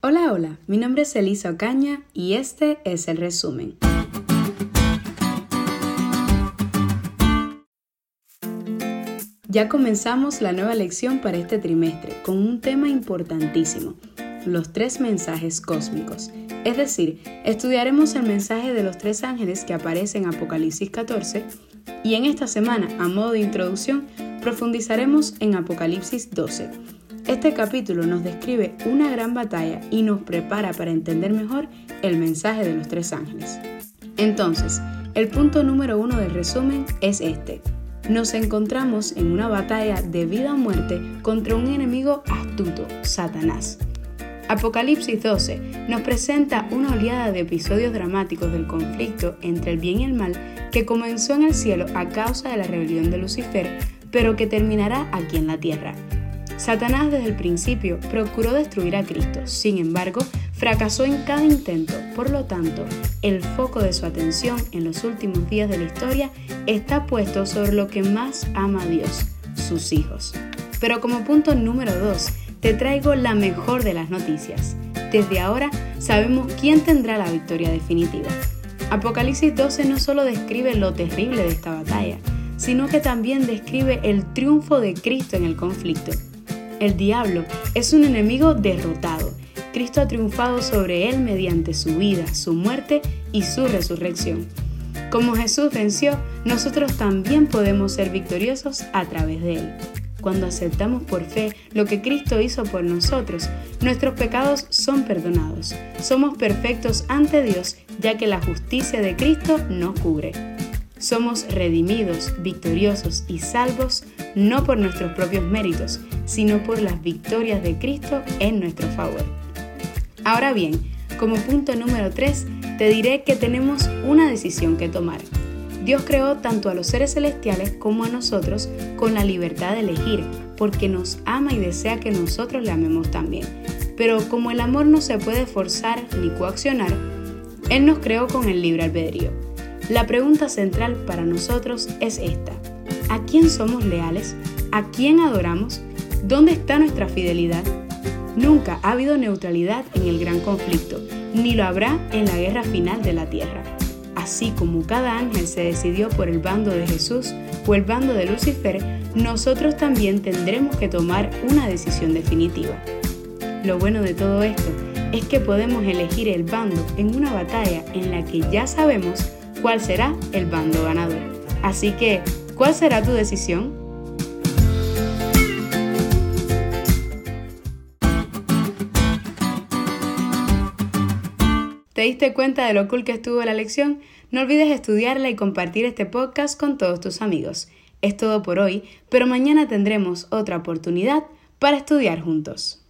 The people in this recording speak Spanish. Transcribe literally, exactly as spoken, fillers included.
Hola, hola, mi nombre es Elisa Ocaña y este es el resumen. Ya comenzamos la nueva lección para este trimestre con un tema importantísimo, los tres mensajes cósmicos. Es decir, estudiaremos el mensaje de los tres ángeles que aparece en Apocalipsis catorce y en esta semana, a modo de introducción, profundizaremos en Apocalipsis doce. Este capítulo nos describe una gran batalla y nos prepara para entender mejor el mensaje de los tres ángeles. Entonces, el punto número uno del resumen es este. Nos encontramos en una batalla de vida o muerte contra un enemigo astuto, Satanás. Apocalipsis doce nos presenta una oleada de episodios dramáticos del conflicto entre el bien y el mal que comenzó en el cielo a causa de la rebelión de Lucifer, pero que terminará aquí en la tierra. Satanás desde el principio procuró destruir a Cristo, sin embargo, fracasó en cada intento. Por lo tanto, el foco de su atención en los últimos días de la historia está puesto sobre lo que más ama a Dios, sus hijos. Pero como punto número dos, te traigo la mejor de las noticias. Desde ahora sabemos quién tendrá la victoria definitiva. Apocalipsis doce no solo describe lo terrible de esta batalla, sino que también describe el triunfo de Cristo en el conflicto. El diablo es un enemigo derrotado. Cristo ha triunfado sobre él mediante su vida, su muerte y su resurrección. Como Jesús venció, nosotros también podemos ser victoriosos a través de él. Cuando aceptamos por fe lo que Cristo hizo por nosotros, nuestros pecados son perdonados. Somos perfectos ante Dios, ya que la justicia de Cristo nos cubre. Somos redimidos, victoriosos y salvos no por nuestros propios méritos, sino por las victorias de Cristo en nuestro favor. Ahora bien, como punto número tres, te diré que tenemos una decisión que tomar. Dios creó tanto a los seres celestiales como a nosotros con la libertad de elegir, porque nos ama y desea que nosotros le amemos también. Pero como el amor no se puede forzar ni coaccionar, Él nos creó con el libre albedrío. La pregunta central para nosotros es esta: ¿a quién somos leales? ¿A quién adoramos? ¿Dónde está nuestra fidelidad? Nunca ha habido neutralidad en el gran conflicto, ni lo habrá en la guerra final de la tierra. Así como cada ángel se decidió por el bando de Jesús o el bando de Lucifer, nosotros también tendremos que tomar una decisión definitiva. Lo bueno de todo esto es que podemos elegir el bando en una batalla en la que ya sabemos cuál será el bando ganador. Así que, ¿cuál será tu decisión? ¿Te diste cuenta de lo cool que estuvo la lección? No olvides estudiarla y compartir este podcast con todos tus amigos. Es todo por hoy, pero mañana tendremos otra oportunidad para estudiar juntos.